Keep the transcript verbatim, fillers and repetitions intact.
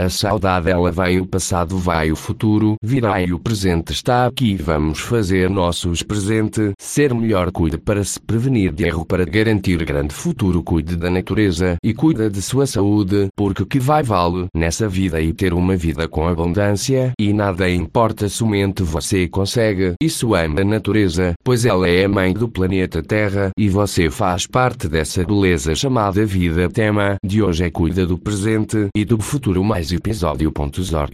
A saudade ela vem, o passado vai, o futuro virá e o presente está aqui. Vamos fazer nossos presente ser melhor. Cuide para se prevenir de erro, para garantir grande futuro. Cuide da natureza e cuida de sua saúde, porque que vai vale nessa vida e ter uma vida com abundância, e nada importa, somente você consegue. Isso ama a natureza, pois ela é a mãe do planeta Terra e você faz parte dessa beleza chamada vida. Tema de hoje é cuida do presente e do futuro. Mais episódio ponto org.